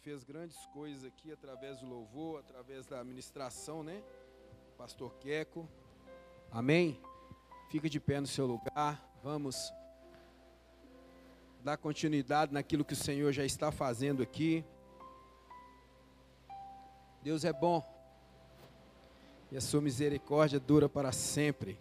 fez grandes coisas aqui através do louvor, através da ministração, né? Pastor Queco. Amém? Fica de pé no seu lugar. Vamos dar continuidade naquilo que o Senhor já está fazendo aqui. Deus é bom. E a sua misericórdia dura para sempre.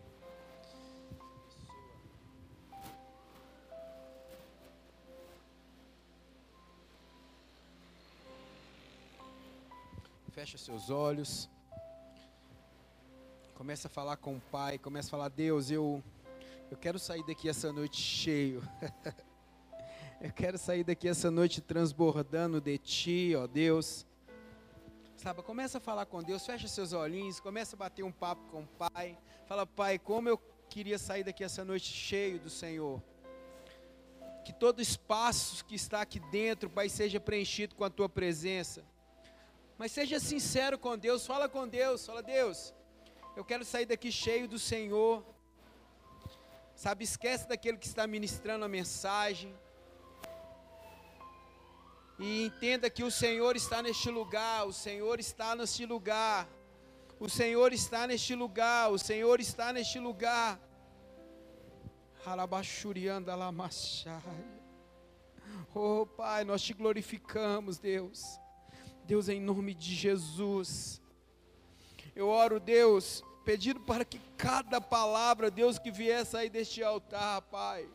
Fecha seus olhos. Começa a falar com o Pai. Começa a falar: Deus, eu quero sair daqui essa noite cheio. Eu quero sair daqui essa noite transbordando de Ti, ó Deus. Sabe, começa a falar com Deus. Fecha seus olhinhos. Começa a bater um papo com o Pai. Fala: Pai, como eu queria sair daqui essa noite cheio do Senhor. Que todo espaço que está aqui dentro, Pai, seja preenchido com a Tua presença. Mas seja sincero com Deus, fala com Deus, fala: Deus, eu quero sair daqui cheio do Senhor. Sabe, esquece daquele que está ministrando a mensagem. E entenda que o Senhor está neste lugar, o Senhor está neste lugar. O Senhor está neste lugar, o Senhor está neste lugar. Oh Pai, nós te glorificamos, Deus. Deus, em nome de Jesus, eu oro, Deus, pedindo para que cada palavra, Deus, que vier sair deste altar, Pai,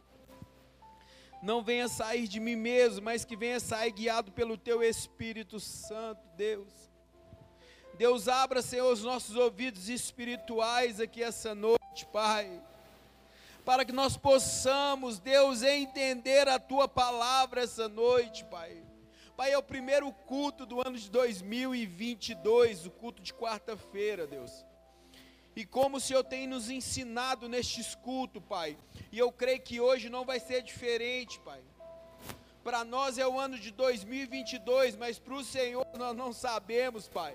não venha sair de mim mesmo, mas que venha sair guiado pelo Teu Espírito Santo, Deus. Deus, abra, Senhor, os nossos ouvidos espirituais aqui essa noite, Pai, para que nós possamos, Deus, entender a Tua palavra essa noite, Pai. Pai, é o primeiro culto do ano de 2022, o culto de quarta-feira, Deus. E como o Senhor tem nos ensinado nestes cultos, Pai, e eu creio que hoje não vai ser diferente, Pai. Para nós é o ano de 2022, mas para o Senhor nós não sabemos, Pai.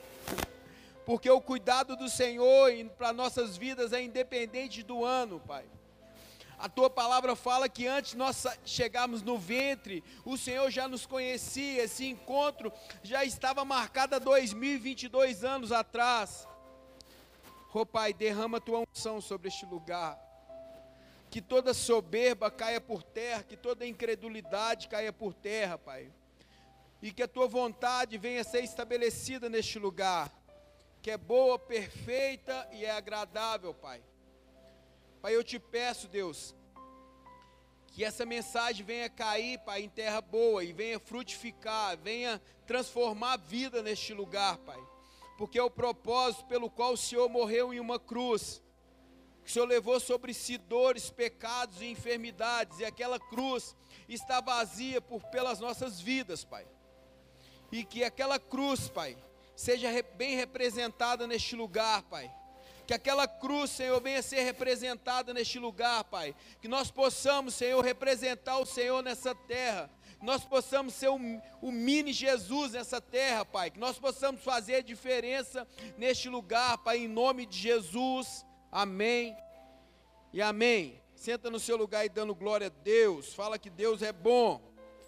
Porque o cuidado do Senhor para nossas vidas é independente do ano, Pai. A Tua palavra fala que antes nós chegarmos no ventre, o Senhor já nos conhecia. Esse encontro já estava marcado há 2022 anos atrás. Oh Pai, derrama a Tua unção sobre este lugar. Que toda soberba caia por terra, que toda incredulidade caia por terra, Pai. E que a Tua vontade venha a ser estabelecida neste lugar, que é boa, perfeita e é agradável, Pai. Pai, eu te peço, Deus, que essa mensagem venha cair, Pai, em terra boa e venha frutificar, venha transformar a vida neste lugar, Pai. Porque é o propósito pelo qual o Senhor morreu em uma cruz. O Senhor levou sobre si dores, pecados e enfermidades, e aquela cruz está vazia pelas nossas vidas, Pai. E que aquela cruz, Pai, seja bem representada neste lugar, Pai. Que aquela cruz, Senhor, venha ser representada neste lugar, Pai. Que nós possamos, Senhor, representar o Senhor nessa terra. Que nós possamos ser o mini Jesus nessa terra, Pai. Que nós possamos fazer a diferença neste lugar, Pai, em nome de Jesus. Amém e amém. Senta no seu lugar e dando glória a Deus. Fala que Deus é bom.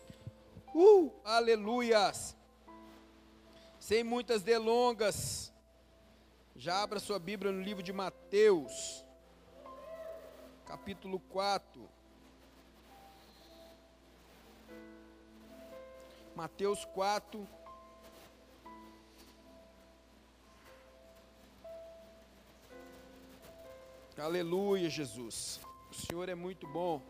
Aleluias. Sem muitas delongas, já abra sua Bíblia no livro de Mateus, capítulo 4. Mateus 4. Aleluia, Jesus. O Senhor é muito bom.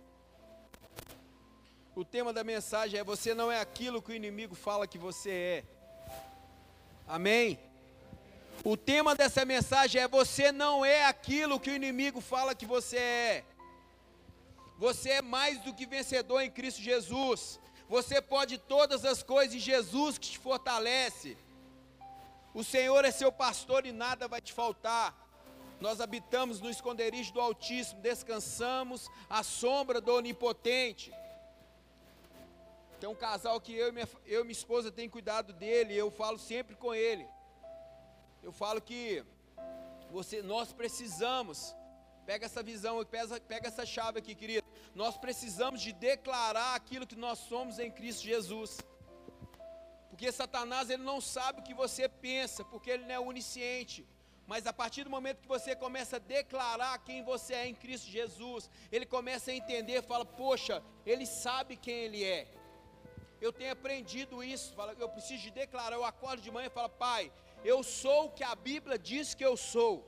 O tema da mensagem é: você não é aquilo que o inimigo fala que você é. Amém? O tema dessa mensagem é: você não é aquilo que o inimigo fala que você é. Você é mais do que vencedor em Cristo Jesus. Você pode todas as coisas em Jesus que te fortalece. O Senhor é seu pastor e nada vai te faltar. Nós habitamos no esconderijo do Altíssimo, descansamos à sombra do Onipotente. Tem um casal que eu e minha esposa tem cuidado dele, e eu falo sempre com ele. Eu falo que nós precisamos, pega essa visão, pega essa chave aqui, querido. Nós precisamos de declarar aquilo que nós somos em Cristo Jesus. Porque Satanás, ele não sabe o que você pensa, porque ele não é onisciente. Mas a partir do momento que você começa a declarar quem você é em Cristo Jesus, ele começa a entender, fala, poxa, ele sabe quem ele é. Eu tenho aprendido isso, eu preciso de declarar, eu acordo de manhã e falo, Pai, eu sou o que a Bíblia diz que eu sou.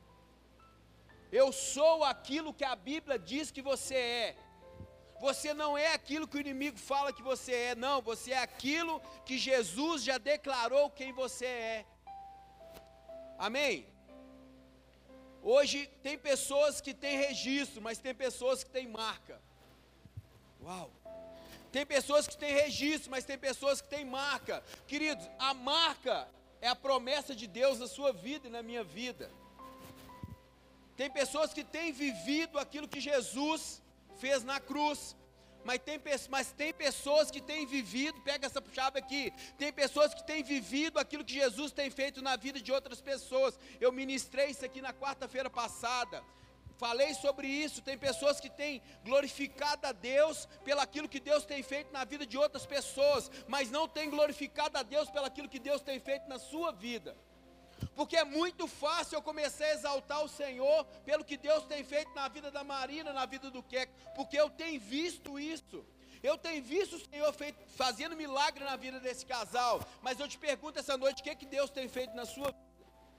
Eu sou aquilo que a Bíblia diz que você é. Você não é aquilo que o inimigo fala que você é, não, você é aquilo que Jesus já declarou quem você é. Amém? Hoje tem pessoas que têm registro, mas tem pessoas que têm marca. Uau! Tem pessoas que têm registro, mas tem pessoas que têm marca. Queridos, a marca é a promessa de Deus na sua vida e na minha vida. Tem pessoas que têm vivido aquilo que Jesus fez na cruz. Mas tem pessoas que têm vivido, pega essa chave aqui, tem pessoas que têm vivido aquilo que Jesus tem feito na vida de outras pessoas. Eu ministrei isso aqui na quarta-feira passada, falei sobre isso. Tem pessoas que têm glorificado a Deus pelaquilo que Deus tem feito na vida de outras pessoas, mas não têm glorificado a Deus pelaquilo que Deus tem feito na sua vida. Porque é muito fácil eu começar a exaltar o Senhor pelo que Deus tem feito na vida da Marina, na vida do Queco, porque eu tenho visto isso. Eu tenho visto o Senhor fazendo milagre na vida desse casal. Mas eu te pergunto essa noite, o que Deus tem feito na sua vida?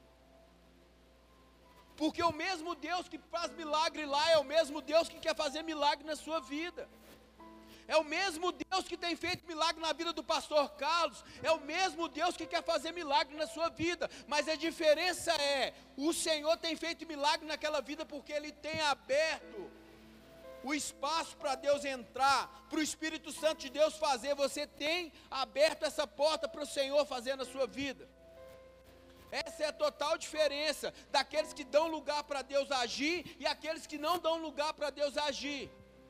Porque o mesmo Deus que faz milagre lá é o mesmo Deus que quer fazer milagre na sua vida. É o mesmo Deus que tem feito milagre na vida do pastor Carlos, é o mesmo Deus que quer fazer milagre na sua vida, mas a diferença é, o Senhor tem feito milagre naquela vida porque Ele tem aberto o espaço para Deus entrar, para o Espírito Santo de Deus fazer. Você tem aberto essa porta para o Senhor fazer na sua vida. Essa é a total diferença daqueles que dão lugar para Deus agir e aqueles que não dão lugar para Deus agir.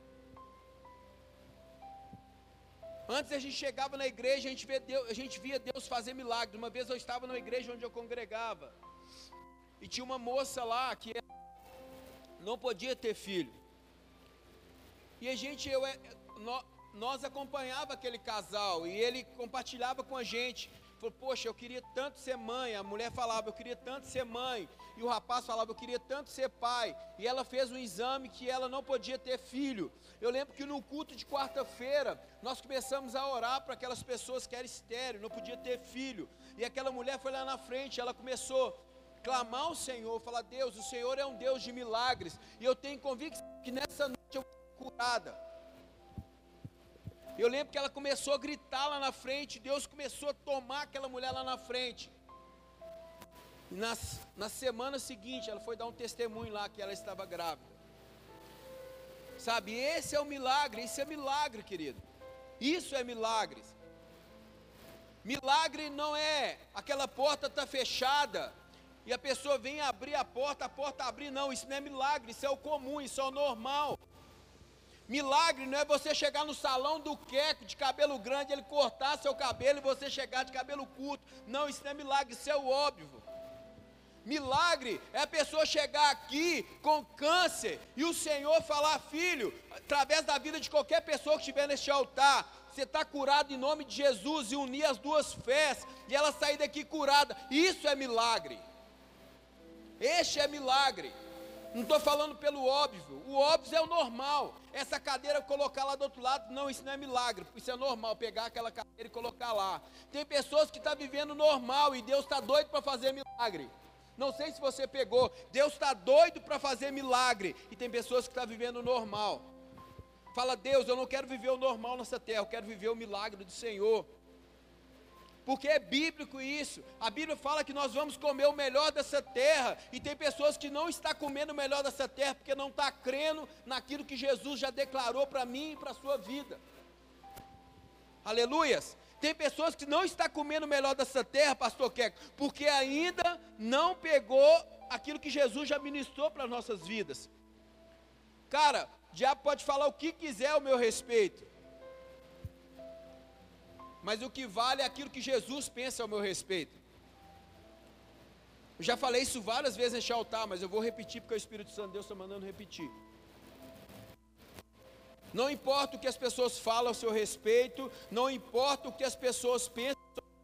Antes a gente chegava na igreja, a gente via Deus fazer milagre. Uma vez eu estava numa igreja onde eu congregava, e tinha uma moça lá que não podia ter filho. E nós acompanhava aquele casal, e ele compartilhava com a gente. Falou, poxa, eu queria tanto ser mãe. A mulher falava, eu queria tanto ser mãe. E o rapaz falava, eu queria tanto ser pai. E ela fez um exame que ela não podia ter filho. Eu lembro que no culto de quarta-feira, nós começamos a orar para aquelas pessoas que eram estéreis, não podia ter filho. E aquela mulher foi lá na frente, ela começou a clamar ao Senhor, falar, Deus, o Senhor é um Deus de milagres. E eu tenho convicção que nessa noite eu vou ser curada. Eu lembro que ela começou a gritar lá na frente, Deus começou a tomar aquela mulher lá na frente. Na semana seguinte, ela foi dar um testemunho lá que ela estava grávida. Sabe, esse é o milagre, isso é milagre, querido. Isso é milagres. Milagre não é aquela porta está fechada e a pessoa vem abrir a porta abrir, não, isso não é milagre, isso é o comum, isso é o normal. Milagre não é você chegar no salão do Queco de cabelo grande, ele cortar seu cabelo e você chegar de cabelo curto. Não, isso não é milagre, isso é o óbvio. Milagre é a pessoa chegar aqui com câncer e o Senhor falar, filho, através da vida de qualquer pessoa que estiver neste altar, você está curado em nome de Jesus, e unir as duas fés e ela sair daqui curada. Isso é milagre. Este é milagre. Não estou falando pelo óbvio, o óbvio é o normal. Essa cadeira colocar lá do outro lado, não, isso não é milagre, isso é normal, pegar aquela cadeira e colocar lá. Tem pessoas que estão vivendo normal e Deus está doido para fazer milagre. Não sei se você pegou, Deus está doido para fazer milagre, e tem pessoas que estão vivendo normal. Fala, Deus, eu não quero viver o normal nessa terra, eu quero viver o milagre do Senhor. Porque é bíblico isso. A Bíblia fala que nós vamos comer o melhor dessa terra, e tem pessoas que não estão comendo o melhor dessa terra porque não estão crendo naquilo que Jesus já declarou para mim e para a sua vida. Aleluias. Tem pessoas que não estão comendo o melhor dessa terra, pastor Queco, porque ainda não pegou aquilo que Jesus já ministrou para as nossas vidas. Cara, o diabo pode falar o que quiser ao meu respeito, mas o que vale é aquilo que Jesus pensa ao meu respeito. Eu já falei isso várias vezes neste altar, mas eu vou repetir porque o Espírito Santo de Deus está mandando repetir. Não importa o que as pessoas falam ao seu respeito, não importa o que as pessoas pensam ao seu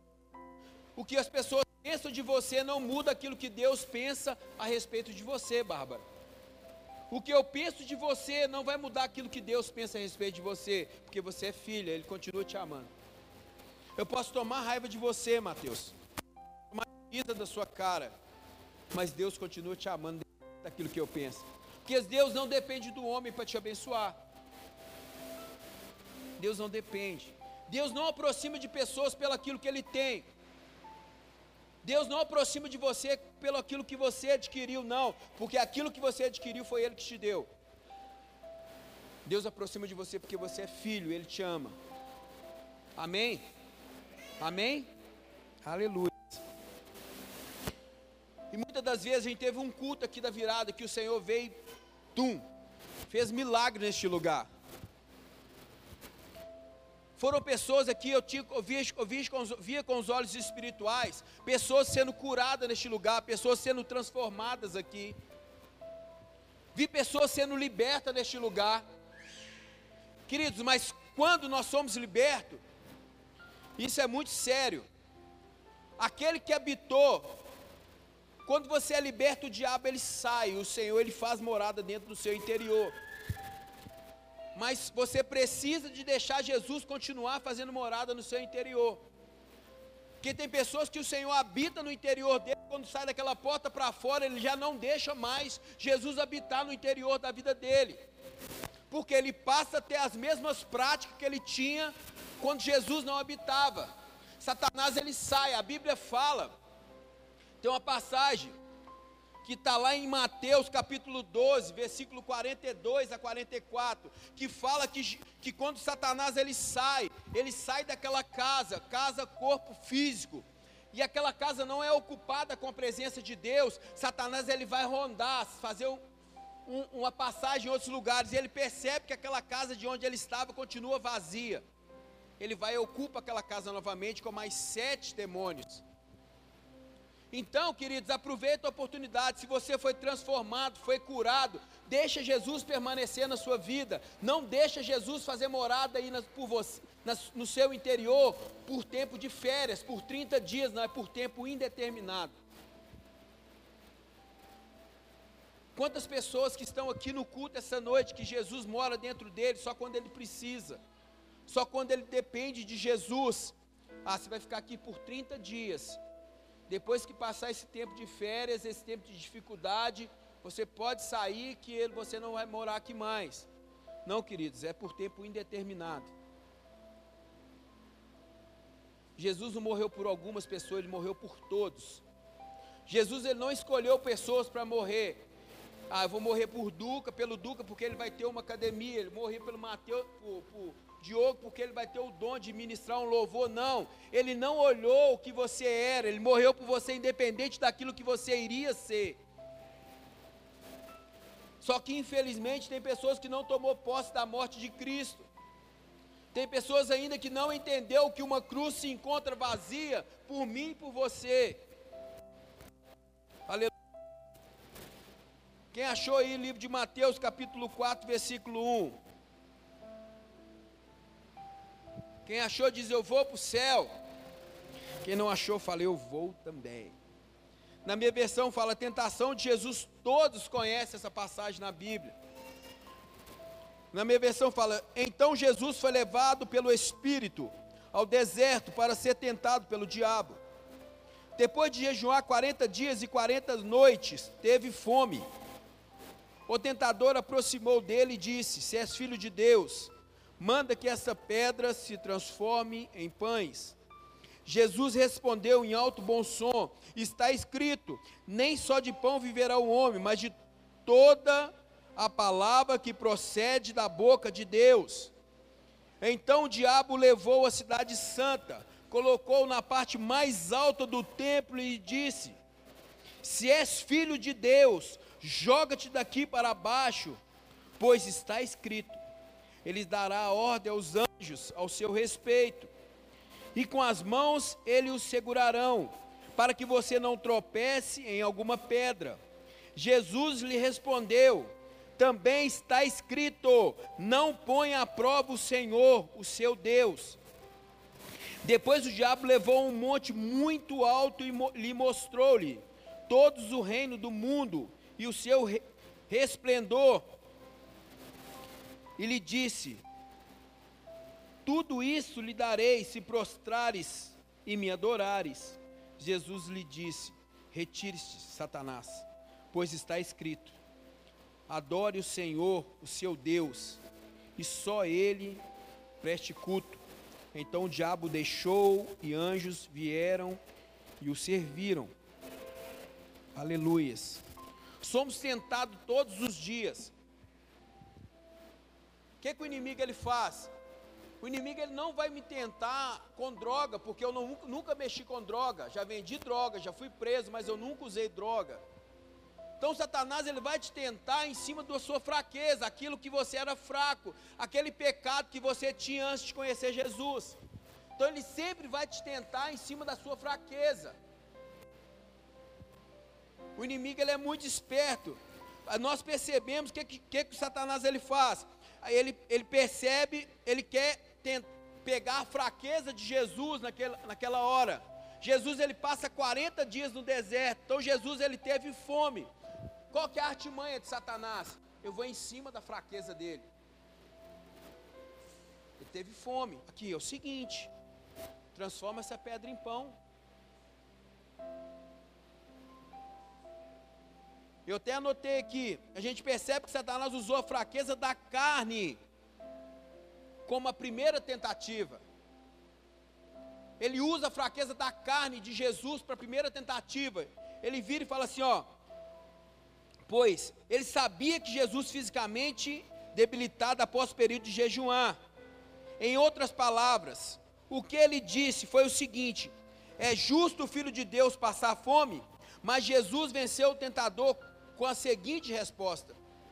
que as pessoas pensam de você não muda aquilo que Deus pensa a respeito de você, Bárbara. O que eu penso de você não vai mudar aquilo que Deus pensa a respeito de você, porque você é filha, Ele continua te amando. Eu posso tomar raiva de você, Mateus, tomar raiva da sua cara, mas Deus continua te amando daquilo que eu penso, porque Deus não depende do homem para te abençoar. Deus não depende. Deus não aproxima de pessoas pelo aquilo que Ele tem. Deus não aproxima de você pelo aquilo que você adquiriu, não, porque aquilo que você adquiriu foi Ele que te deu. Deus aproxima de você porque você é filho, Ele te ama. Amém? Amém? Aleluia. E muitas das vezes a gente teve um culto aqui da virada, que o Senhor veio, fez milagre neste lugar. Foram pessoas aqui, eu via com os olhos espirituais, pessoas sendo curadas neste lugar, pessoas sendo transformadas aqui. Vi pessoas sendo libertas neste lugar. Queridos, mas quando nós somos libertos, isso é muito sério. Aquele que habitou, quando você é liberto, o diabo ele sai, o Senhor ele faz morada dentro do seu interior. Mas você precisa de deixar Jesus continuar fazendo morada no seu interior. Porque tem pessoas que o Senhor habita no interior dele, quando sai daquela porta para fora, ele já não deixa mais Jesus habitar no interior da vida dele. Porque ele passa a ter as mesmas práticas que ele tinha quando Jesus não habitava. Satanás ele sai, a Bíblia fala, tem uma passagem que está lá em Mateus capítulo 12, versículo 42 a 44, que fala que quando Satanás ele sai daquela casa, corpo físico, e aquela casa não é ocupada com a presença de Deus. Satanás ele vai rondar, fazer uma passagem em outros lugares, e ele percebe que aquela casa de onde ele estava continua vazia. Ele vai e ocupa aquela casa novamente com mais 7 demônios. Então, queridos, aproveita a oportunidade. Se você foi transformado, foi curado, deixa Jesus permanecer na sua vida. Não deixa Jesus fazer morada aí no seu interior por tempo de férias, por 30 dias, não é por tempo indeterminado. Quantas pessoas que estão aqui no culto essa noite, que Jesus mora dentro dele só quando ele precisa, só quando ele depende de Jesus. Você vai ficar aqui por 30 dias. Depois que passar esse tempo de férias, esse tempo de dificuldade, você pode sair, que você não vai morar aqui mais. Não, queridos, é por tempo indeterminado. Jesus não morreu por algumas pessoas, Ele morreu por todos. Jesus ele não escolheu pessoas para morrer. Eu vou morrer pelo Duca, porque ele vai ter uma academia. Ele morreu pelo Mateus, por Diogo, porque ele vai ter o dom de ministrar um louvor. Não, ele não olhou o que você era, ele morreu por você independente daquilo que você iria ser. Só que infelizmente tem pessoas que não tomou posse da morte de Cristo. Tem pessoas ainda que não entendeu que uma cruz se encontra vazia por mim e por você. Aleluia. Quem achou aí o livro de Mateus capítulo 4 versículo 1? Quem achou diz: eu vou para o céu. Quem não achou fala: eu vou também. Na minha versão fala tentação de Jesus. Todos conhecem essa passagem na Bíblia. Na minha versão fala: então Jesus foi levado pelo Espírito ao deserto para ser tentado pelo diabo. Depois de jejuar 40 dias e 40 noites, teve fome. O tentador aproximou dele e disse: se és filho de Deus, manda que essa pedra se transforme em pães. Jesus respondeu em alto bom som: está escrito, nem só de pão viverá o homem, mas de toda a palavra que procede da boca de Deus. Então o diabo levou a cidade santa, colocou-o na parte mais alta do templo e disse: se és filho de Deus, joga-te daqui para baixo, pois está escrito, Ele dará ordem aos anjos ao seu respeito, e com as mãos eles o segurarão, para que você não tropece em alguma pedra. Jesus lhe respondeu: também está escrito, não ponha à prova o Senhor, o seu Deus. Depois o diabo levou a um monte muito alto e lhe mostrou-lhe todos o reino do mundo e o seu resplendor, e lhe disse: tudo isso lhe darei se prostrares e me adorares. Jesus lhe disse: retire-se, Satanás, pois está escrito: adore o Senhor, o seu Deus, e só Ele preste culto. Então o diabo deixou, e anjos vieram e o serviram. Aleluias. Somos tentados todos os dias. O que o inimigo ele faz? O inimigo ele não vai me tentar com droga, porque eu nunca mexi com droga. Já vendi droga, já fui preso, mas eu nunca usei droga. Então Satanás ele vai te tentar em cima da sua fraqueza, aquilo que você era fraco, aquele pecado que você tinha antes de conhecer Jesus. Então ele sempre vai te tentar em cima da sua fraqueza. O inimigo ele é muito esperto. Nós percebemos o que o Satanás ele faz. Ele percebe, ele quer pegar a fraqueza de Jesus naquela hora. Jesus ele passa 40 dias no deserto. Então Jesus ele teve fome. Qual que é a artimanha de Satanás? Eu vou em cima da fraqueza dele. Ele teve fome. Aqui é o seguinte: transforma essa pedra em pão. Eu até anotei aqui, a gente percebe que Satanás usou a fraqueza da carne como a primeira tentativa. Ele usa a fraqueza da carne de Jesus para a primeira tentativa. Ele vira e fala assim, ó: pois ele sabia que Jesus fisicamente debilitado após o período de jejuar. Em outras palavras, o que ele disse foi o seguinte: é justo o Filho de Deus passar fome? Mas Jesus venceu o tentador com a seguinte resposta.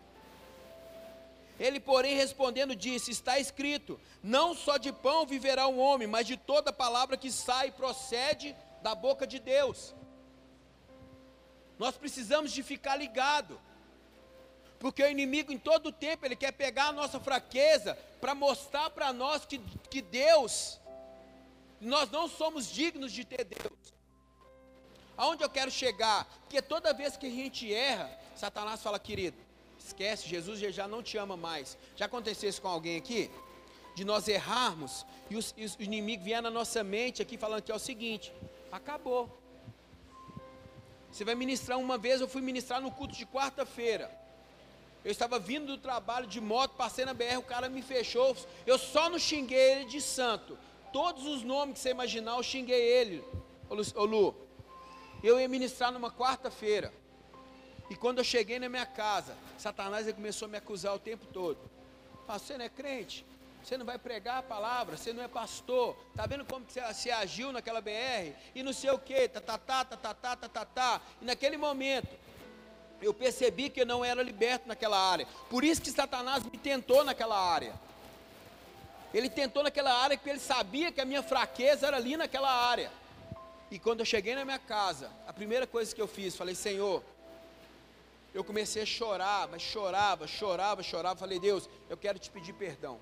Ele, porém, respondendo, disse: está escrito, não só de pão viverá o homem, mas de toda palavra que sai e procede da boca de Deus. Nós precisamos de ficar ligado, porque o inimigo em todo o tempo, ele quer pegar a nossa fraqueza, para mostrar para nós que Deus, nós não somos dignos de ter Deus. Aonde eu quero chegar? Porque toda vez que a gente erra, Satanás fala: querido, esquece, Jesus já não te ama mais. Já aconteceu isso com alguém aqui? De nós errarmos, e o inimigo vier na nossa mente aqui, falando que é o seguinte: acabou. Você vai ministrar. Uma vez eu fui ministrar no culto de quarta-feira. Eu estava vindo do trabalho de moto, passei na BR, o cara me fechou. Eu só não xinguei ele de santo. Todos os nomes que você imaginar, eu xinguei ele. Ô Lu, eu ia ministrar numa quarta-feira. E quando eu cheguei na minha casa, Satanás ele começou a me acusar o tempo todo. Ah, você não é crente? Você não vai pregar a palavra? Você não é pastor? Está vendo como que você agiu naquela BR? E não sei o que, E naquele momento, eu percebi que eu não era liberto naquela área. Por isso que Satanás me tentou naquela área. Ele tentou naquela área porque ele sabia que a minha fraqueza era ali naquela área. E quando eu cheguei na minha casa, a primeira coisa que eu fiz, falei: Senhor, eu comecei a chorar, mas chorava. Falei: Deus, eu quero te pedir perdão.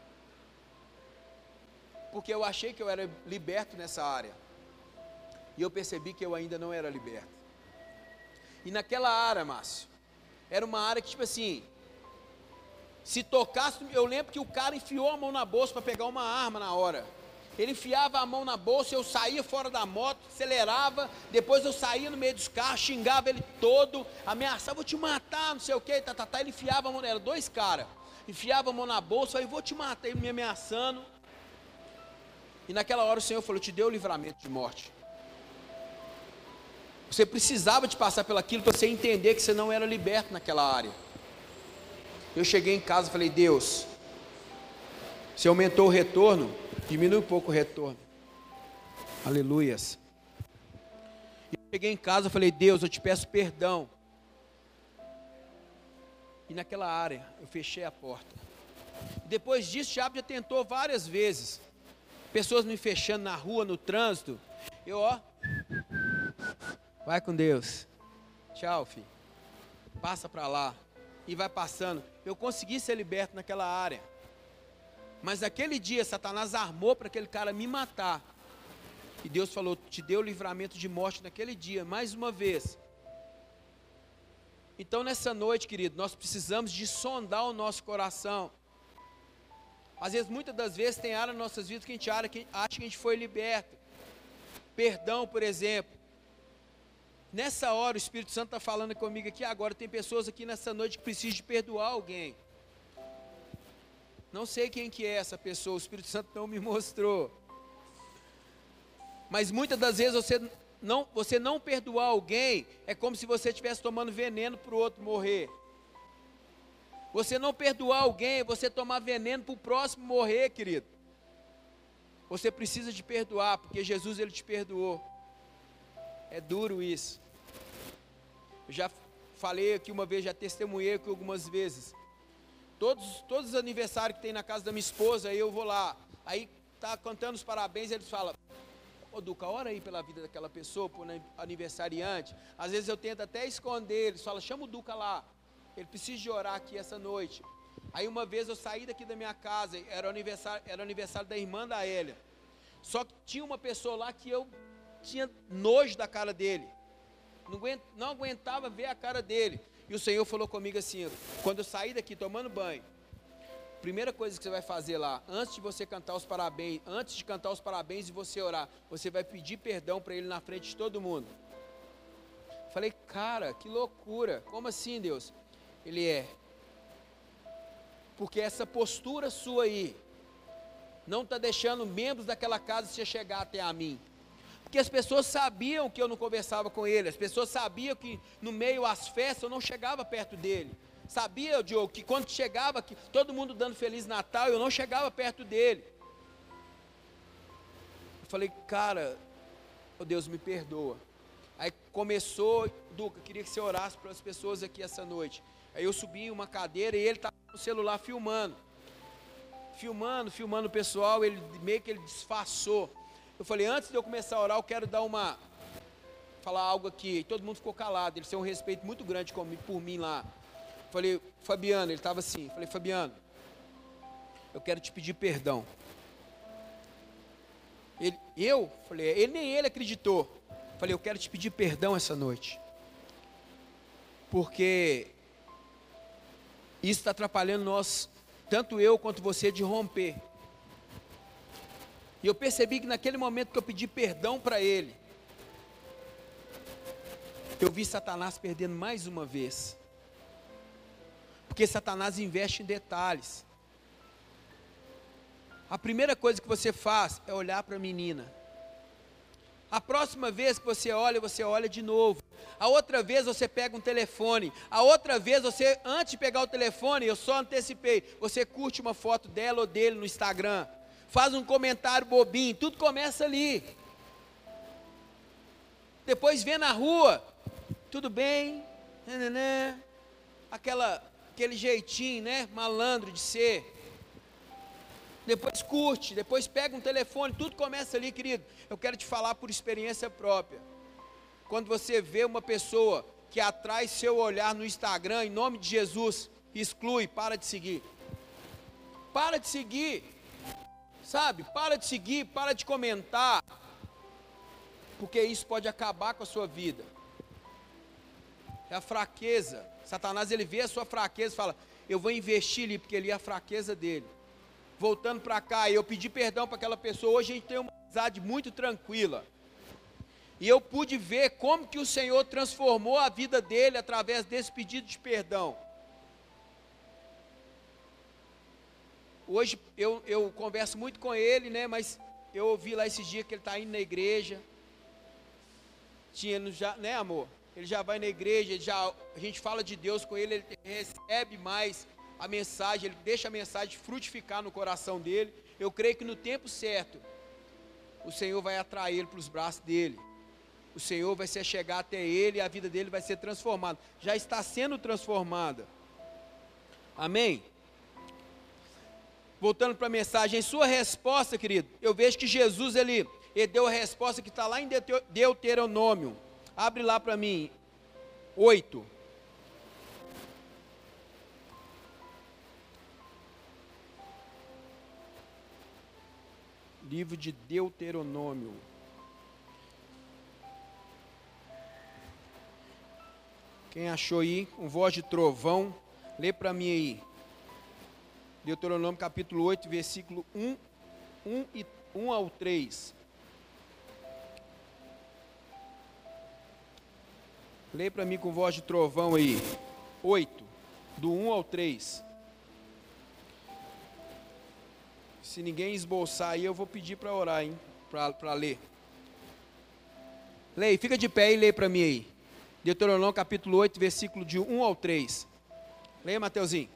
Porque eu achei que eu era liberto nessa área. E eu percebi que eu ainda não era liberto. E naquela área, Márcio, era uma área que, tipo assim, se tocasse, eu lembro que o cara enfiou a mão na bolsa para pegar uma arma na hora. Ele enfiava a mão na bolsa, eu saía fora da moto, acelerava, depois eu saía no meio dos carros, xingava ele todo, ameaçava: vou te matar, não sei o que, ele enfiava a mão, eram dois caras, enfiava a mão na bolsa, aí vou te matar, ele me ameaçando. E naquela hora o Senhor falou: eu te dei o livramento de morte. Você precisava de passar pelaquilo para você entender que você não era liberto naquela área. Eu cheguei em casa e falei: Deus, se aumentou o retorno, diminui um pouco o retorno. Aleluias. E cheguei em casa e falei: Deus, eu te peço perdão. E naquela área eu fechei a porta. Depois disso, o diabo já tentou várias vezes. Pessoas me fechando na rua, no trânsito. Eu, vai com Deus. Tchau, filho. Passa para lá. E vai passando. Eu consegui ser liberto naquela área. Mas naquele dia, Satanás armou para aquele cara me matar. E Deus falou, te deu livramento de morte naquele dia, mais uma vez. Então nessa noite, querido, nós precisamos de sondar o nosso coração. Às vezes, muitas das vezes, tem área nas nossas vidas que a gente acha que a gente foi liberto. Perdão, por exemplo. Nessa hora, o Espírito Santo está falando comigo aqui agora. Tem pessoas aqui nessa noite que precisam de perdoar alguém. Não sei quem que é essa pessoa, o Espírito Santo não me mostrou. Mas muitas das vezes você não perdoar alguém é como se você estivesse tomando veneno para o outro morrer. Você não perdoar alguém é você tomar veneno para o próximo morrer, querido. Você precisa de perdoar, porque Jesus ele te perdoou. É duro isso. Eu já falei aqui uma vez, já testemunhei aqui algumas vezes. Todos os aniversários que tem na casa da minha esposa, aí eu vou lá. Aí tá cantando os parabéns, eles falam: ô Duca, ora aí pela vida daquela pessoa, por aniversariante. Às vezes eu tento até esconder, eles falam: chama o Duca lá, ele precisa de orar aqui essa noite. Aí uma vez eu saí daqui da minha casa, era o aniversário da irmã da Hélia. Só que tinha uma pessoa lá que eu tinha nojo da cara dele. Não aguentava ver a cara dele. E o Senhor falou comigo assim, quando eu sair daqui tomando banho, primeira coisa que você vai fazer lá, antes de você cantar os parabéns, antes de cantar os parabéns e você orar, você vai pedir perdão para ele na frente de todo mundo. Falei, cara, que loucura, como assim, Deus? Ele é, porque essa postura sua aí, não está deixando membros daquela casa se chegar até a mim. Porque as pessoas sabiam que eu não conversava com ele, as pessoas sabiam que no meio às festas eu não chegava perto dele. Sabia, Diogo, que quando chegava, que todo mundo dando Feliz Natal, eu não chegava perto dele. Eu falei, cara, oh Deus, me perdoa. Aí começou, Duca, queria que você orasse para as pessoas aqui essa noite. Aí eu subi em uma cadeira e ele estava no celular filmando o pessoal, ele meio que ele disfarçou. Eu falei, antes de eu começar a orar, eu quero falar algo aqui. E todo mundo ficou calado, eles têm um respeito muito grande por mim lá. Eu falei, Fabiano, ele estava assim, falei, Fabiano, eu quero te pedir perdão. Nem ele acreditou. Eu falei, eu quero te pedir perdão essa noite. Porque isso está atrapalhando nós, tanto eu quanto você, de romper. E eu percebi que naquele momento que eu pedi perdão para ele, eu vi Satanás perdendo mais uma vez. Porque Satanás investe em detalhes. A primeira coisa que você faz é olhar para a menina. A próxima vez que você olha de novo. A outra vez você pega um telefone. A outra vez você, antes de pegar o telefone, eu só antecipei, você curte uma foto dela ou dele no Instagram. Faz um comentário bobinho, tudo começa ali. Depois vê na rua, tudo bem, aquele jeitinho, né, malandro de ser. Depois curte, depois pega um telefone, tudo começa ali, querido. Eu quero te falar por experiência própria. Quando você vê uma pessoa que atrai seu olhar no Instagram, em nome de Jesus, exclui, para de seguir. Para de seguir. Sabe, para de seguir, para de comentar, porque isso pode acabar com a sua vida. É a fraqueza. Satanás, ele vê a sua fraqueza e fala, eu vou investir ali, porque ali é a fraqueza dele. Voltando para cá, eu pedi perdão para aquela pessoa, hoje a gente tem uma amizade muito tranquila. E eu pude ver como que o Senhor transformou a vida dele através desse pedido de perdão. Hoje eu converso muito com ele, né? Mas eu ouvi lá esses dias que ele está indo na igreja. Né, amor? Ele já vai na igreja, a gente fala de Deus com ele, ele recebe mais a mensagem, ele deixa a mensagem frutificar no coração dele. Eu creio que no tempo certo, o Senhor vai atrair ele para os braços dele. O Senhor vai se chegar até ele e a vida dele vai ser transformada. Já está sendo transformada. Amém? Voltando para a mensagem, em sua resposta, querido, eu vejo que Jesus, ele deu a resposta que está lá em Deuteronômio. Abre lá para mim, 8. Livro de Deuteronômio. Quem achou aí, com voz de trovão, lê para mim aí. Deuteronômio capítulo 8, versículo 1 ao 3. Lê para mim com voz de trovão aí. 8, do 1 ao 3. Se ninguém esboçar aí, eu vou pedir para orar, hein? Para ler. Lê, fica de pé e lê para mim aí. Deuteronômio capítulo 8, versículo de 1 ao 3. Leia, Mateuzinho.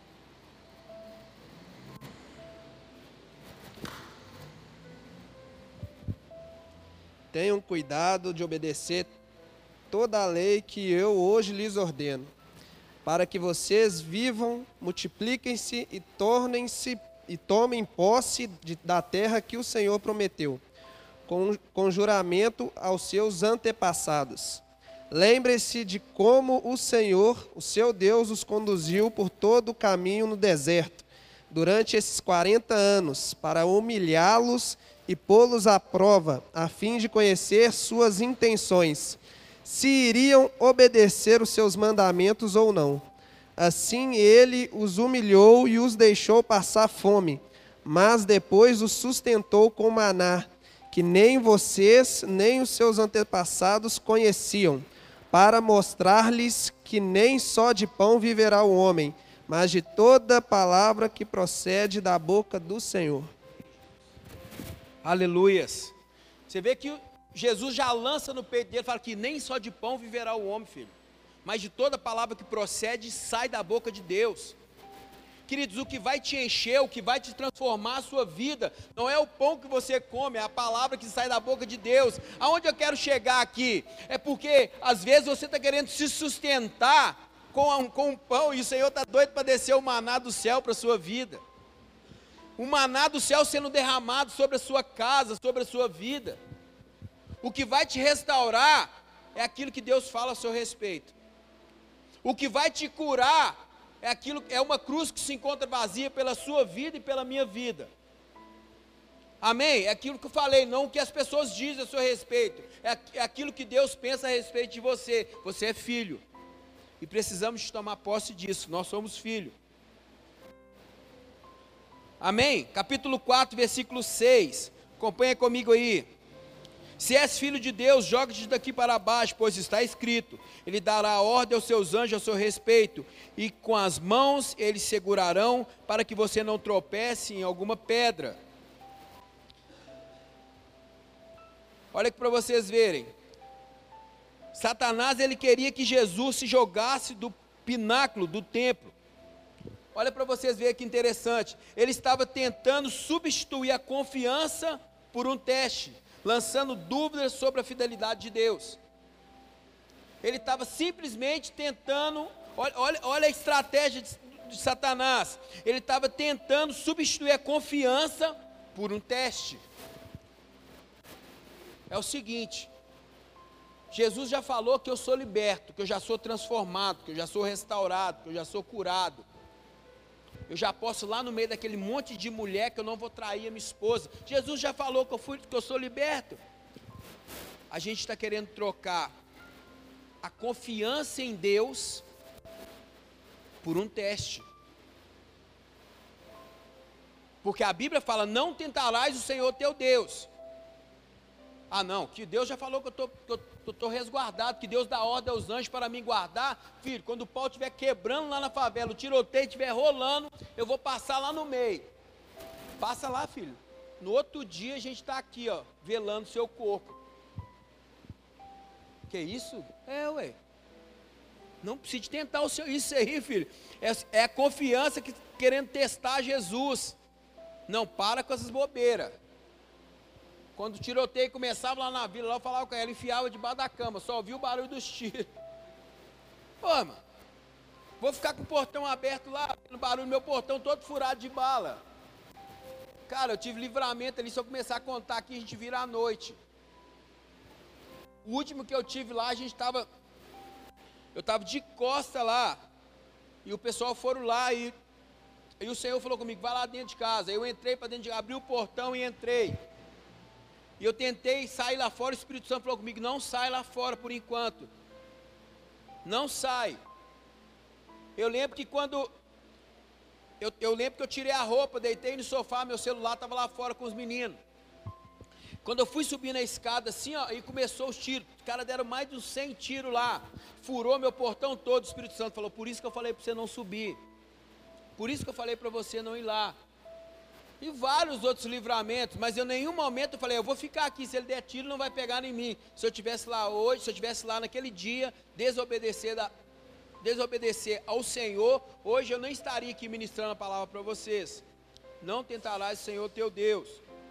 Tenham cuidado de obedecer toda a lei que eu hoje lhes ordeno, para que vocês vivam, multipliquem-se e tornem-se e tomem posse da terra que o Senhor prometeu, com juramento aos seus antepassados. Lembre-se de como o Senhor, o seu Deus, os conduziu por todo o caminho no deserto, durante esses 40 anos, para humilhá-los e pô-los à prova, a fim de conhecer suas intenções, se iriam obedecer os seus mandamentos ou não. Assim ele os humilhou e os deixou passar fome, mas depois os sustentou com maná, que nem vocês nem os seus antepassados conheciam, para mostrar-lhes que nem só de pão viverá o homem, mas de toda palavra que procede da boca do Senhor. Aleluias. Você vê que Jesus já lança no peito dele, fala que nem só de pão viverá o homem, filho, mas de toda palavra que procede sai da boca de Deus. Queridos, o que vai te encher, o que vai te transformar a sua vida, não é o pão que você come, é a palavra que sai da boca de Deus. Aonde eu quero chegar aqui? É porque às vezes você está querendo se sustentar com um pão, e o Senhor está doido para descer o maná do céu para a sua vida. O maná do céu sendo derramado sobre a sua casa, sobre a sua vida. O que vai te restaurar é aquilo que Deus fala a seu respeito. O que vai te curar é uma cruz que se encontra vazia pela sua vida e pela minha vida. Amém? É aquilo que eu falei, não o que as pessoas dizem a seu respeito. É aquilo que Deus pensa a respeito de você. Você é filho. E precisamos tomar posse disso. Nós somos filhos. Amém? Capítulo 4, versículo 6. Acompanha comigo aí. Se és filho de Deus, joga-te daqui para baixo, pois está escrito: Ele dará ordem aos seus anjos a seu respeito, e com as mãos eles segurarão, para que você não tropece em alguma pedra. Olha aqui para vocês verem. Satanás, ele queria que Jesus se jogasse do pináculo do templo. Olha para vocês verem que interessante. Ele estava tentando substituir a confiança por um teste, lançando dúvidas sobre a fidelidade de Deus. Ele estava simplesmente tentando, olha a estratégia de Satanás. Ele estava tentando substituir a confiança por um teste. É o seguinte: Jesus já falou que eu sou liberto, que eu já sou transformado, que eu já sou restaurado, que eu já sou curado. Eu já posso ir lá no meio daquele monte de mulher que eu não vou trair a minha esposa. Jesus já falou que eu sou liberto. A gente está querendo trocar a confiança em Deus por um teste. Porque a Bíblia fala: não tentarás o Senhor teu Deus. Ah não, que Deus já falou que eu estou resguardado, que Deus dá ordem aos anjos para me guardar. Filho, quando o pau estiver quebrando lá na favela, o tiroteio estiver rolando, eu vou passar lá no meio. Passa lá, filho. No outro dia a gente está aqui, ó, velando seu corpo. Que isso? Ué. Não precisa tentar isso aí, filho. É a confiança querendo testar Jesus. Não para com essas bobeiras. Quando o tiroteio começava lá na vila, lá eu falava com ela, enfiava debaixo da cama, só ouvia o barulho dos tiros. Pô, mano, vou ficar com o portão aberto lá, o barulho do meu portão todo furado de bala. Cara, eu tive livramento ali, se eu começar a contar aqui, a gente vira à noite. O último que eu tive lá, eu estava de costa lá, e o pessoal foram lá, e o Senhor falou comigo: vai lá dentro de casa. Eu entrei para dentro de casa, abri o portão e entrei. E eu tentei sair lá fora, o Espírito Santo falou comigo: não sai lá fora por enquanto. Não sai. Eu lembro que quando... Eu lembro que eu tirei a roupa, deitei no sofá, meu celular estava lá fora com os meninos. Quando eu fui subir na escada assim, ó, e começou os tiros. Os caras deram mais de uns 100 tiros lá. Furou meu portão todo, o Espírito Santo falou, por isso que eu falei para você não subir. Por isso que eu falei para você não ir lá. E vários outros livramentos, mas em nenhum momento eu falei, eu vou ficar aqui, se ele der tiro não vai pegar em mim. Se eu estivesse lá hoje, se eu estivesse lá naquele dia, desobedecer ao Senhor, hoje eu não estaria aqui ministrando a palavra para vocês. Não tentarás o Senhor teu Deus.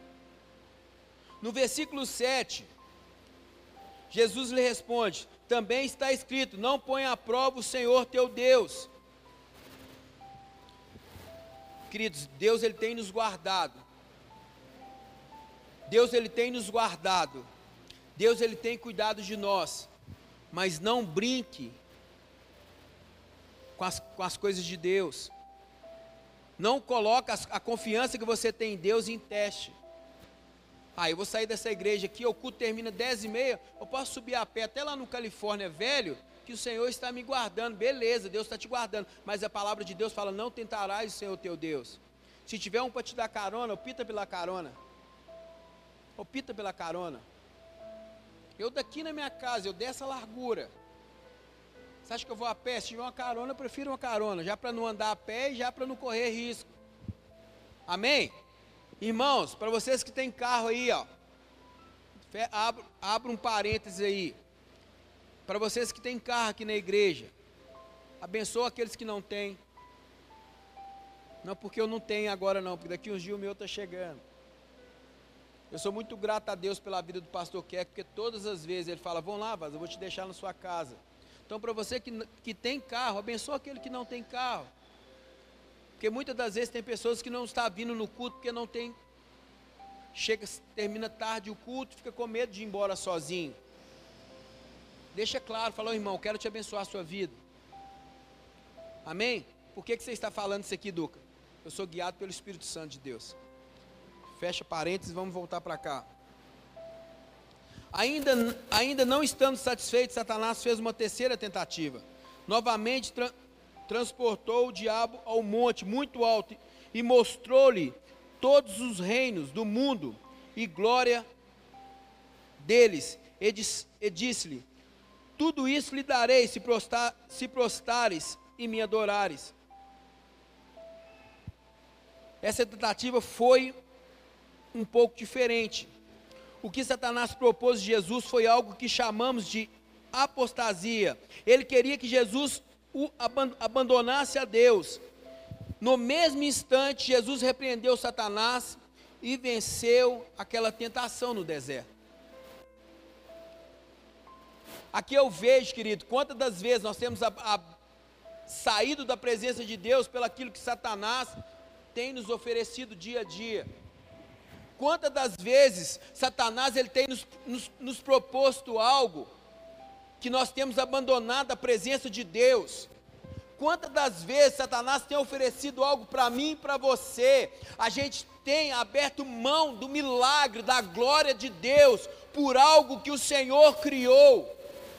No versículo 7, Jesus lhe responde, também está escrito, não ponha à prova o Senhor teu Deus. Queridos, Deus ele tem nos guardado. Deus ele tem nos guardado. Deus ele tem cuidado de nós. Mas não brinque com as coisas de Deus. Não coloque a confiança que você tem em Deus em teste. Eu vou sair dessa igreja aqui, o culto termina 10h30, eu posso subir a pé até lá no Califórnia Velho, que o Senhor está me guardando, beleza, Deus está te guardando, mas a palavra de Deus fala, não tentarás o Senhor teu Deus. Se tiver um para te dar carona, opta pela carona. Opta pela carona. Eu daqui na minha casa, eu dessa largura. Você acha que eu vou a pé? Se tiver uma carona, eu prefiro uma carona, já para não andar a pé e já para não correr risco. Amém? Irmãos, para vocês que têm carro aí, ó, abra um parênteses aí. Para vocês que têm carro aqui na igreja, abençoa aqueles que não têm. Não porque eu não tenho agora não, porque daqui uns dias o meu está chegando. Eu sou muito grato a Deus pela vida do pastor Keck, porque todas as vezes ele fala, vão lá, Vaz, eu vou te deixar na sua casa. Então para você que tem carro, abençoa aquele que não tem carro. Porque muitas das vezes tem pessoas que não estão vindo no culto porque não tem, termina tarde o culto, fica com medo de ir embora sozinho. Deixa claro, fala, irmão, quero te abençoar a sua vida. Amém? Por que você está falando isso aqui, Duca? Eu sou guiado pelo Espírito Santo de Deus. Fecha parênteses, vamos voltar para cá. Ainda não estando satisfeito, Satanás fez uma terceira tentativa. Novamente transportou o diabo ao monte muito alto e mostrou-lhe todos os reinos do mundo e glória deles. E disse-lhe, tudo isso lhe darei se prostares e me adorares. Essa tentativa foi um pouco diferente. O que Satanás propôs de Jesus foi algo que chamamos de apostasia. Ele queria que Jesus o abandonasse a Deus. No mesmo instante, Jesus repreendeu Satanás e venceu aquela tentação no deserto. Aqui eu vejo, querido, quantas das vezes nós temos saído da presença de Deus pelo aquilo que Satanás tem nos oferecido dia a dia. Quantas das vezes Satanás ele tem nos proposto algo que nós temos abandonado a presença de Deus. Quantas das vezes Satanás tem oferecido algo para mim e para você, a gente tem aberto mão do milagre, da glória de Deus, por algo que o Senhor criou.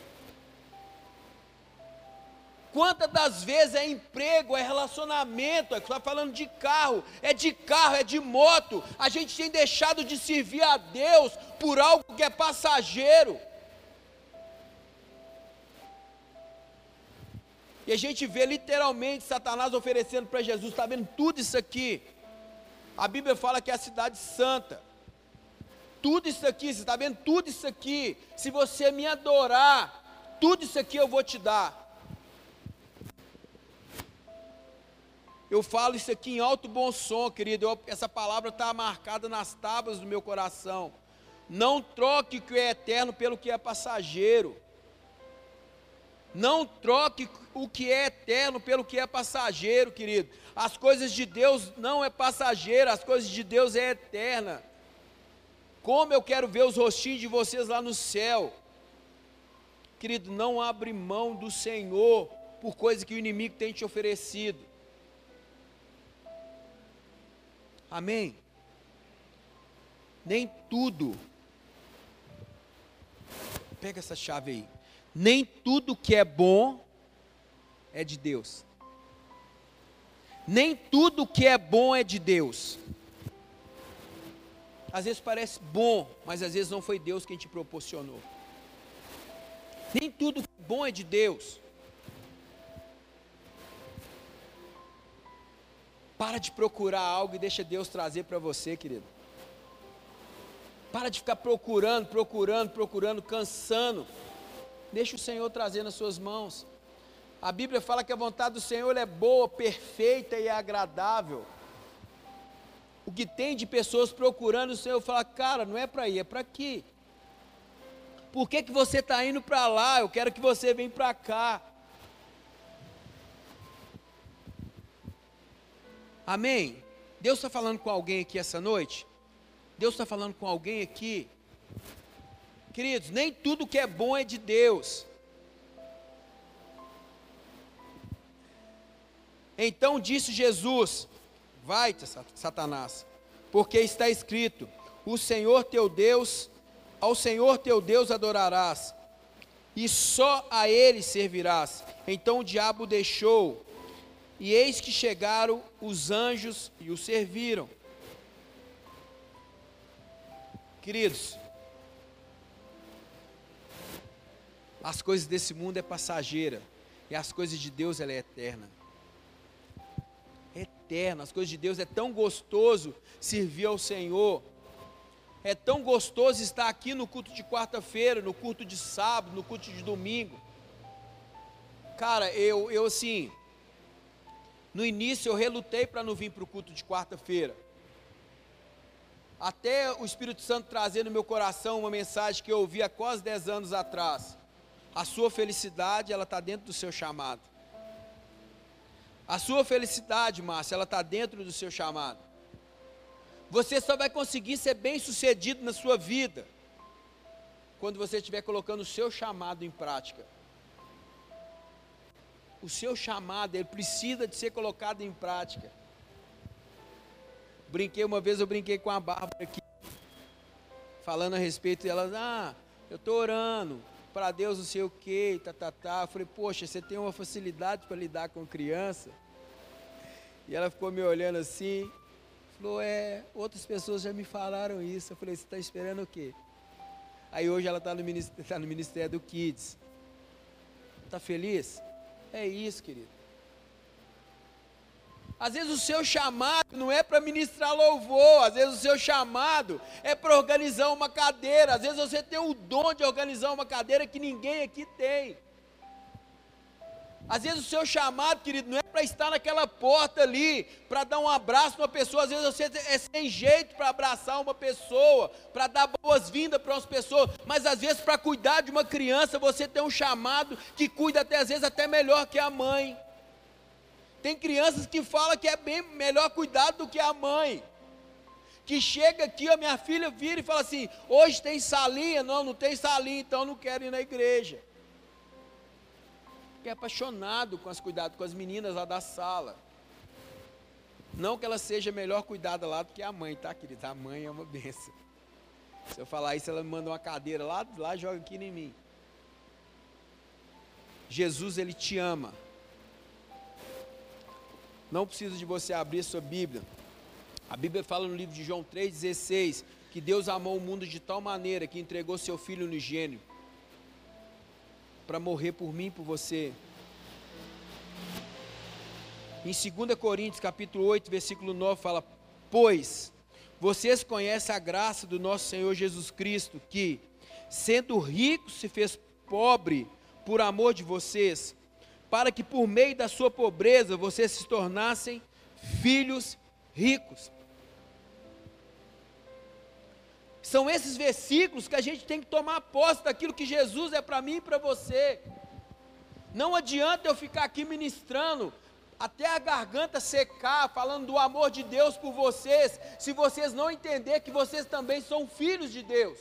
Quantas das vezes é emprego, é relacionamento, está falando de carro, é de moto, a gente tem deixado de servir a Deus por algo que é passageiro. E a gente vê literalmente Satanás oferecendo para Jesus, está vendo tudo isso aqui? A Bíblia fala que é a cidade santa. Tudo isso aqui, você está vendo tudo isso aqui? Se você me adorar, tudo isso aqui eu vou te dar. Eu falo isso aqui em alto bom som, querido. Essa palavra está marcada nas tábuas do meu coração. Não troque o que é eterno pelo que é passageiro. Não troque o que é eterno pelo que é passageiro, querido. As coisas de Deus não é passageira, as coisas de Deus é eterna. Como eu quero ver os rostinhos de vocês lá no céu. Querido, não abre mão do Senhor por coisa que o inimigo tem te oferecido. Amém? Nem tudo. Pega essa chave aí. Nem tudo que é bom é de Deus. Nem tudo que é bom é de Deus. Às vezes parece bom, mas às vezes não foi Deus quem te proporcionou. Nem tudo que é bom é de Deus. Para de procurar algo e deixa Deus trazer para você, querido. Para de ficar procurando, cansando. Deixa o Senhor trazer nas suas mãos. A Bíblia fala que a vontade do Senhor é boa, perfeita e agradável. O que tem de pessoas procurando o Senhor, fala, cara, não é para ir, é para aqui. Por que você está indo para lá? Eu quero que você venha para cá. Amém? Deus está falando com alguém aqui essa noite? Deus está falando com alguém aqui? Queridos, nem tudo que é bom é de Deus. Então disse Jesus, vai, Satanás, porque está escrito, ao Senhor teu Deus adorarás, e só a Ele servirás. Então o diabo deixou, e eis que chegaram os anjos e o serviram. Queridos, as coisas desse mundo é passageira, e as coisas de Deus ela é eterna. Eterna, as coisas de Deus é tão gostoso servir ao Senhor, é tão gostoso estar aqui no culto de quarta-feira, no culto de sábado, no culto de domingo. Cara, eu assim, no início eu relutei para não vir para o culto de quarta-feira, até o Espírito Santo trazer no meu coração uma mensagem que eu ouvi há quase 10 anos atrás. A sua felicidade, ela está dentro do seu chamado. A sua felicidade, Márcia, ela está dentro do seu chamado. Você só vai conseguir ser bem sucedido na sua vida quando você estiver colocando o seu chamado em prática. O seu chamado, ele precisa de ser colocado em prática. Uma vez eu brinquei com a Bárbara aqui, falando a respeito dela, eu estou orando para Deus não sei o que, Eu falei, poxa, você tem uma facilidade para lidar com criança? E ela ficou me olhando assim, falou, outras pessoas já me falaram isso. Eu falei, você está esperando o quê? Aí hoje ela está no Ministério do Kids. Está feliz? É isso, querido. Às vezes o seu chamado não é para ministrar louvor, às vezes o seu chamado é para organizar uma cadeira, às vezes você tem o dom de organizar uma cadeira que ninguém aqui tem. Às vezes o seu chamado, querido, não é para estar naquela porta ali, para dar um abraço numa pessoa, às vezes você é sem jeito para abraçar uma pessoa, para dar boas-vindas para umas pessoas, mas às vezes para cuidar de uma criança, você tem um chamado que cuida até, às vezes até melhor que a mãe. Tem crianças que falam que é bem melhor cuidado do que a mãe. Que chega aqui, a minha filha vira e fala assim, hoje tem salinha? Não tem salinha, então não quero ir na igreja. Porque é apaixonado com as meninas lá da sala. Não que ela seja melhor cuidada lá do que a mãe, tá, querida? A mãe é uma bênção. Se eu falar isso, ela me manda uma cadeira lá joga aqui em mim. Jesus, ele te ama. Não precisa de você abrir sua Bíblia. A Bíblia fala no livro de João 3,16, que Deus amou o mundo de tal maneira que entregou seu Filho unigênito para morrer por mim e por você. Em 2 Coríntios capítulo 8, versículo 9, fala, pois vocês conhecem a graça do nosso Senhor Jesus Cristo, que, sendo rico, se fez pobre por amor de vocês, para que por meio da sua pobreza vocês se tornassem filhos ricos. São esses versículos que a gente tem que tomar posse daquilo que Jesus é para mim e para você. Não adianta eu ficar aqui ministrando até a garganta secar, falando do amor de Deus por vocês, se vocês não entenderem que vocês também são filhos de Deus.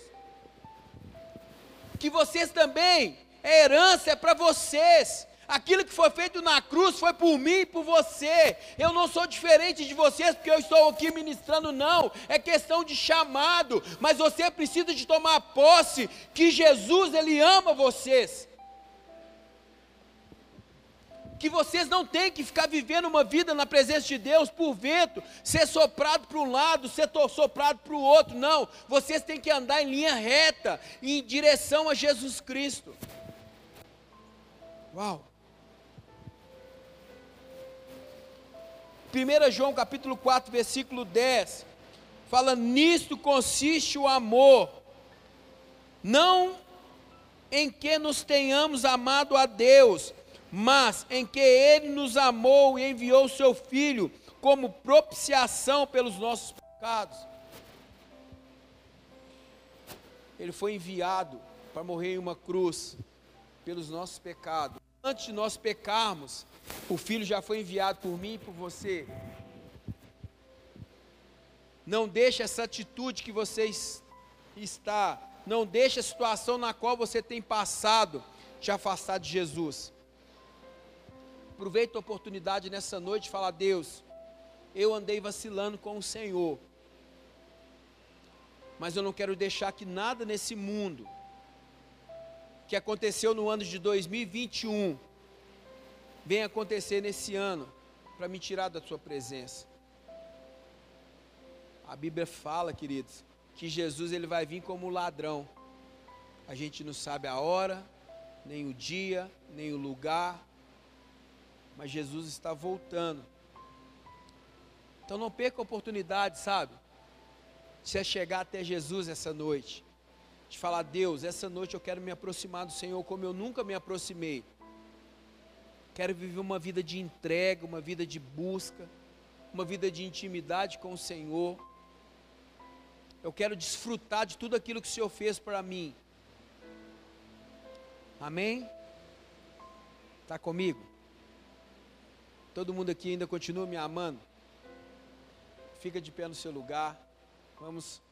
Que vocês também, a herança é para vocês. Aquilo que foi feito na cruz foi por mim e por você. Eu não sou diferente de vocês porque eu estou aqui ministrando, não. É questão de chamado. Mas você precisa de tomar posse que Jesus, ele ama vocês. que vocês não têm que ficar vivendo uma vida na presença de Deus por vento, ser soprado para um lado, ser soprado para o outro. Não, vocês têm que andar em linha reta, em direção a Jesus Cristo. Uau! 1 João capítulo 4, versículo 10, fala: nisto consiste o amor, não em que nos tenhamos amado a Deus, mas em que Ele nos amou e enviou o seu Filho como propiciação pelos nossos pecados. Ele foi enviado para morrer em uma cruz pelos nossos pecados. Antes de nós pecarmos, o Filho já foi enviado por mim e por você. Não deixe essa atitude que você está, não deixe a situação na qual você tem passado te afastar de Jesus. Aproveita a oportunidade nessa noite e fala: Deus, eu andei vacilando com o Senhor, mas eu não quero deixar que nada nesse mundo que aconteceu no ano de 2021 venha acontecer nesse ano para me tirar da sua presença. A Bíblia fala, queridos, que Jesus ele vai vir como ladrão. A gente não sabe a hora, nem o dia, nem o lugar, mas Jesus está voltando. Então não perca a oportunidade, sabe, de você chegar até Jesus essa noite, de falar: Deus, essa noite eu quero me aproximar do Senhor como eu nunca me aproximei. Quero viver uma vida de entrega, uma vida de busca, uma vida de intimidade com o Senhor. Eu quero desfrutar de tudo aquilo que o Senhor fez para mim. Amém? Está comigo? Todo mundo aqui ainda continua me amando? Fica de pé no seu lugar. Vamos